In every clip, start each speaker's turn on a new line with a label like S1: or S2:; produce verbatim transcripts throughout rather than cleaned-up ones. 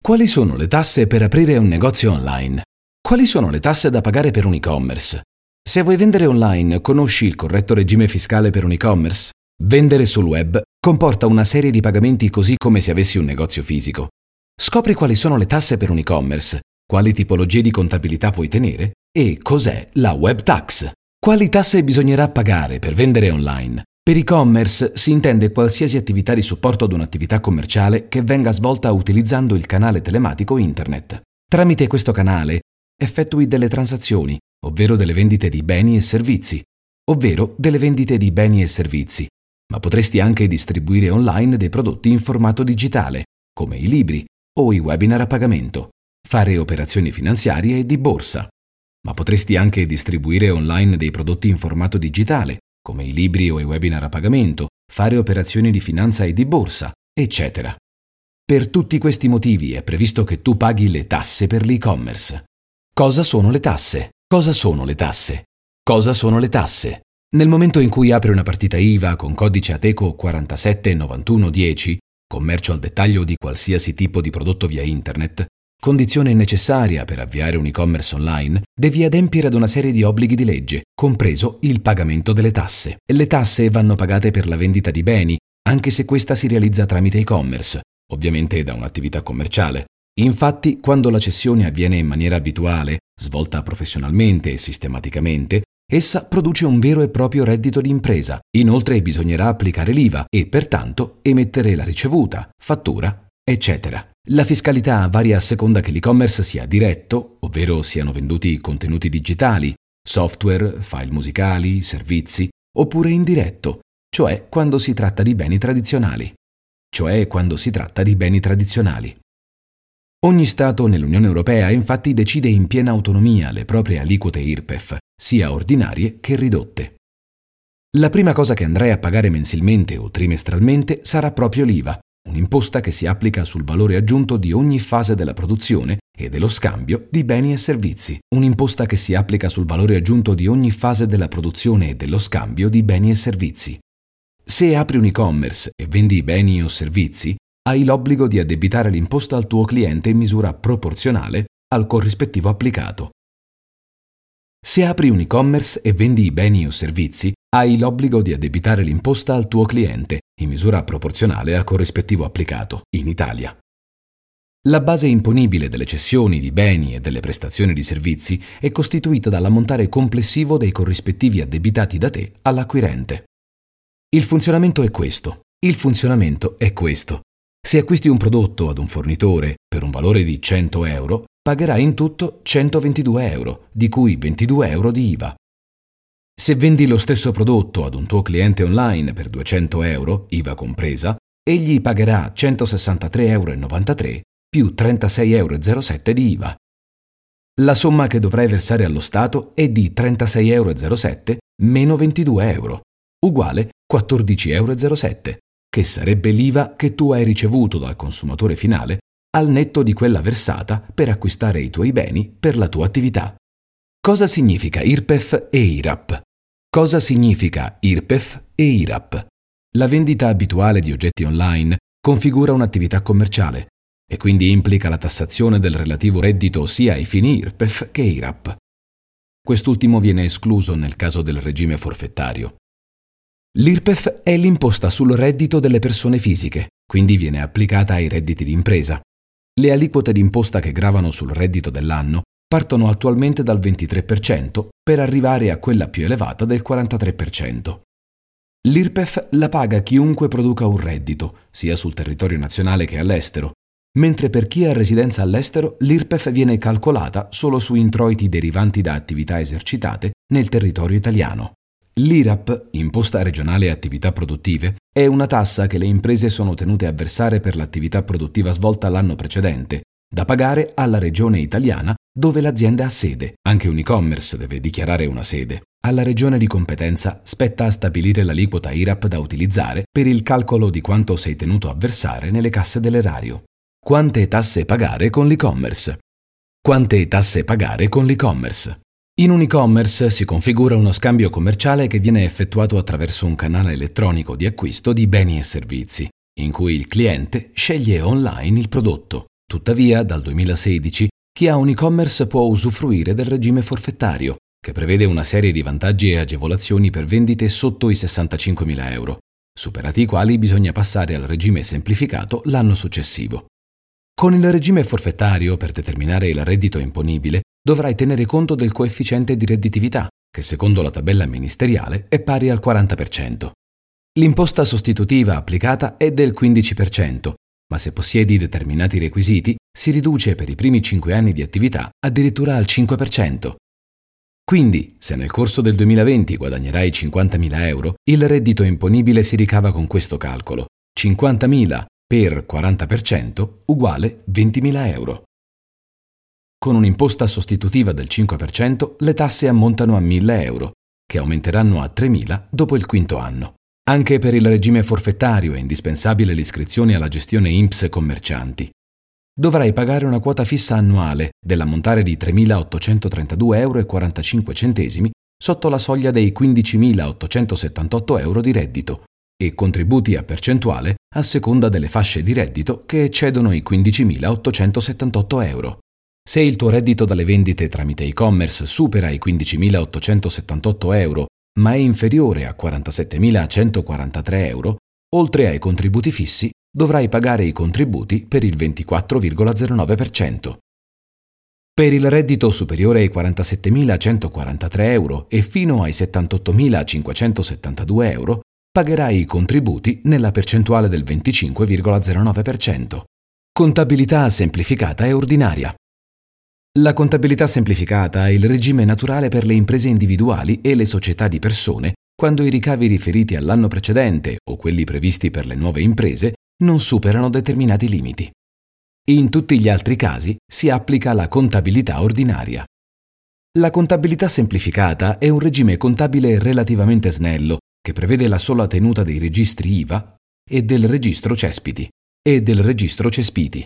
S1: Quali sono le tasse per aprire un negozio online? Quali sono le tasse da pagare per un e-commerce? Se vuoi vendere online, conosci il corretto regime fiscale per un e-commerce? Vendere sul web comporta una serie di pagamenti così come se avessi un negozio fisico. Scopri quali sono le tasse per un e-commerce, quali tipologie di contabilità puoi tenere e cos'è la web tax. Quali tasse bisognerà pagare per vendere online? Per e-commerce si intende qualsiasi attività di supporto ad un'attività commerciale che venga svolta utilizzando il canale telematico internet. Tramite questo canale effettui delle transazioni, ovvero delle vendite di beni e servizi, ovvero delle vendite di beni e servizi, ma potresti anche distribuire online dei prodotti in formato digitale, come i libri o i webinar a pagamento, fare operazioni finanziarie e di borsa. Ma potresti anche distribuire online dei prodotti in formato digitale, come i libri o i webinar a pagamento, fare operazioni di finanza e di borsa, eccetera. Per tutti questi motivi è previsto che tu paghi le tasse per l'e-commerce. Cosa sono le tasse? Cosa sono le tasse? Cosa sono le tasse? Nel momento in cui apri una partita I V A con codice Ateco quarantasette novantuno dieci, commercio al dettaglio di qualsiasi tipo di prodotto via internet, condizione necessaria per avviare un e-commerce online, devi adempiere ad una serie di obblighi di legge, compreso il pagamento delle tasse. Le tasse vanno pagate per la vendita di beni, anche se questa si realizza tramite e-commerce, ovviamente da un'attività commerciale. Infatti, quando la cessione avviene in maniera abituale, svolta professionalmente e sistematicamente, essa produce un vero e proprio reddito di impresa. Inoltre bisognerà applicare l'I V A e, pertanto, emettere la ricevuta, fattura, eccetera. La fiscalità varia a seconda che l'e-commerce sia diretto, ovvero siano venduti contenuti digitali, software, file musicali, servizi, oppure indiretto, cioè quando si tratta di beni tradizionali. Cioè quando si tratta di beni tradizionali. Ogni Stato nell'Unione Europea infatti decide in piena autonomia le proprie aliquote I R P E F, sia ordinarie che ridotte. La prima cosa che andrai a pagare mensilmente o trimestralmente sarà proprio l'I V A, un'imposta che si applica sul valore aggiunto di ogni fase della produzione e dello scambio di beni e servizi. Un'imposta che si applica sul valore aggiunto di ogni fase della produzione e dello scambio di beni e servizi. Se apri un e-commerce e vendi beni o servizi, hai l'obbligo di addebitare l'imposta al tuo cliente in misura proporzionale al corrispettivo applicato. Se apri un e-commerce e vendi beni o servizi, hai l'obbligo di addebitare l'imposta al tuo cliente in misura proporzionale al corrispettivo applicato in Italia. La base imponibile delle cessioni di beni e delle prestazioni di servizi è costituita dall'ammontare complessivo dei corrispettivi addebitati da te all'acquirente. Il funzionamento è questo. Il funzionamento è questo. Se acquisti un prodotto ad un fornitore per un valore di cento euro, pagherai in tutto centoventidue euro, di cui ventidue euro di I V A. Se vendi lo stesso prodotto ad un tuo cliente online per duecento euro, I V A compresa, egli pagherà centosessantatré euro e novantatré più trentasei euro e zero sette di I V A. La somma che dovrai versare allo Stato è di trentasei euro e zero sette meno ventidue euro, uguale quattordici euro e zero sette, che sarebbe l'I V A che tu hai ricevuto dal consumatore finale al netto di quella versata per acquistare i tuoi beni per la tua attività. Cosa significa I R P E F e I R A P? Cosa significa I R P E F e I R A P? La vendita abituale di oggetti online configura un'attività commerciale e quindi implica la tassazione del relativo reddito sia ai fini I R P E F che I R A P. Quest'ultimo viene escluso nel caso del regime forfettario. L'I R P E F è l'imposta sul reddito delle persone fisiche, quindi viene applicata ai redditi di impresa. Le aliquote d'imposta che gravano sul reddito dell'anno partono attualmente dal ventitré per cento per arrivare a quella più elevata del quarantatré per cento. L'I R P E F la paga chiunque produca un reddito, sia sul territorio nazionale che all'estero, mentre per chi ha residenza all'estero l'I R P E F viene calcolata solo su introiti derivanti da attività esercitate nel territorio italiano. L'I R A P, imposta regionale attività produttive, è una tassa che le imprese sono tenute a versare per l'attività produttiva svolta l'anno precedente, da pagare alla regione italiana dove l'azienda ha sede. Anche un e-commerce deve dichiarare una sede. Alla regione di competenza spetta a stabilire l'aliquota I R A P da utilizzare per il calcolo di quanto sei tenuto a versare nelle casse dell'erario. Quante tasse pagare con l'e-commerce? Quante tasse pagare con l'e-commerce? In un e-commerce si configura uno scambio commerciale che viene effettuato attraverso un canale elettronico di acquisto di beni e servizi, in cui il cliente sceglie online il prodotto, Tuttavia, dal duemilasedici, chi ha un e-commerce può usufruire del regime forfettario, che prevede una serie di vantaggi e agevolazioni per vendite sotto i sessantacinquemila euro, superati i quali bisogna passare al regime semplificato l'anno successivo. Con il regime forfettario, per determinare il reddito imponibile, dovrai tenere conto del coefficiente di redditività, che secondo la tabella ministeriale è pari al quaranta per cento. L'imposta sostitutiva applicata è del quindici per cento, ma se possiedi determinati requisiti, si riduce per i primi cinque anni di attività addirittura al cinque per cento. Quindi, se nel corso del duemilaventi guadagnerai cinquantamila euro, il reddito imponibile si ricava con questo calcolo: cinquantamila per quaranta per cento uguale ventimila euro. Con un'imposta sostitutiva del cinque per cento, le tasse ammontano a mille euro, che aumenteranno a tremila dopo il quinto anno. Anche per il regime forfettario è indispensabile l'iscrizione alla gestione I N P S commercianti. Dovrai pagare una quota fissa annuale dell'ammontare di tremilaottocentotrentadue euro e quarantacinque centesimi sotto la soglia dei quindicimilaottocentosettantotto euro di reddito e contributi a percentuale a seconda delle fasce di reddito che eccedono i quindicimilaottocentosettantotto euro. Se il tuo reddito dalle vendite tramite e-commerce supera i quindicimilaottocentosettantotto euro ma è inferiore a quarantasettemilacentoquarantatré euro, oltre ai contributi fissi, dovrai pagare i contributi per il ventiquattro virgola zero nove per cento. Per il reddito superiore ai quarantasettemilacentoquarantatré euro e fino ai settantottomilacinquecentosettantadue euro, pagherai i contributi nella percentuale del venticinque virgola zero nove per cento. Contabilità semplificata e ordinaria. La contabilità semplificata è il regime naturale per le imprese individuali e le società di persone quando i ricavi riferiti all'anno precedente o quelli previsti per le nuove imprese non superano determinati limiti. In tutti gli altri casi si applica la contabilità ordinaria. La contabilità semplificata è un regime contabile relativamente snello che prevede la sola tenuta dei registri I V A e del registro Cespiti e del registro Cespiti.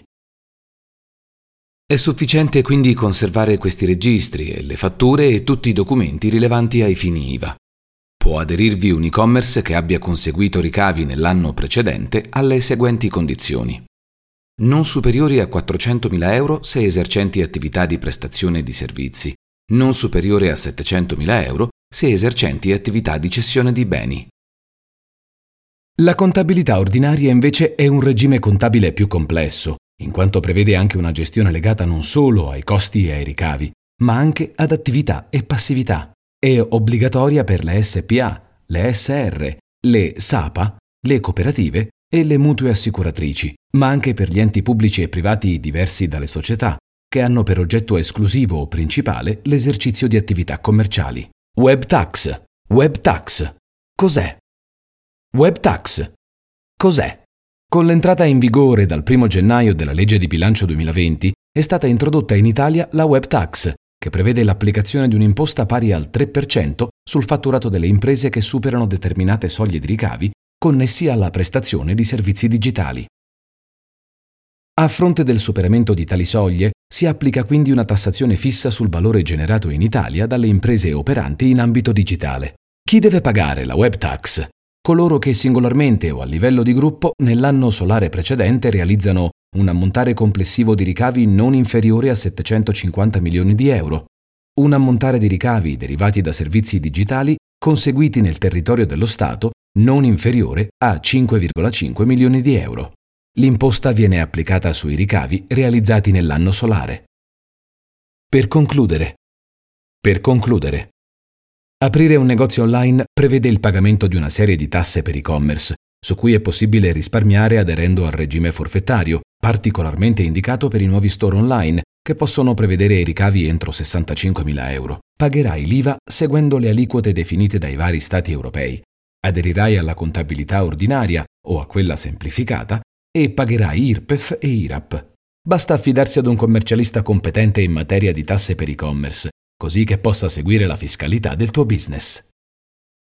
S1: È sufficiente quindi conservare questi registri e le fatture e tutti i documenti rilevanti ai fini I V A. Può aderirvi un e-commerce che abbia conseguito ricavi nell'anno precedente alle seguenti condizioni: non superiori a quattrocentomila euro se esercenti attività di prestazione di servizi, non superiore a settecentomila euro se esercenti attività di cessione di beni. La contabilità ordinaria invece è un regime contabile più complesso, in quanto prevede anche una gestione legata non solo ai costi e ai ricavi, ma anche ad attività e passività. È obbligatoria per le S P A, le S R, le S A P A, le cooperative e le mutue assicuratrici, ma anche per gli enti pubblici e privati diversi dalle società, che hanno per oggetto esclusivo o principale l'esercizio di attività commerciali. Web tax. Web tax. Cos'è? Web tax. Cos'è? Con l'entrata in vigore dal primo gennaio della legge di bilancio duemilaventi è stata introdotta in Italia la web tax, che prevede l'applicazione di un'imposta pari al tre per cento sul fatturato delle imprese che superano determinate soglie di ricavi connessi alla prestazione di servizi digitali. A fronte del superamento di tali soglie, si applica quindi una tassazione fissa sul valore generato in Italia dalle imprese operanti in ambito digitale. Chi deve pagare la web tax? Coloro che singolarmente o a livello di gruppo nell'anno solare precedente realizzano un ammontare complessivo di ricavi non inferiore a settecentocinquanta milioni di euro, un ammontare di ricavi derivati da servizi digitali conseguiti nel territorio dello Stato non inferiore a cinque virgola cinque milioni di euro. L'imposta viene applicata sui ricavi realizzati nell'anno solare. Per concludere. Per concludere. Aprire un negozio online prevede il pagamento di una serie di tasse per e-commerce, su cui è possibile risparmiare aderendo al regime forfettario, particolarmente indicato per i nuovi store online, che possono prevedere i ricavi entro sessantacinquemila euro. Pagherai l'I V A seguendo le aliquote definite dai vari Stati europei. Aderirai alla contabilità ordinaria o a quella semplificata e pagherai I R P E F e I R A P. Basta affidarsi ad un commercialista competente in materia di tasse per e-commerce, così che possa seguire la fiscalità del tuo business.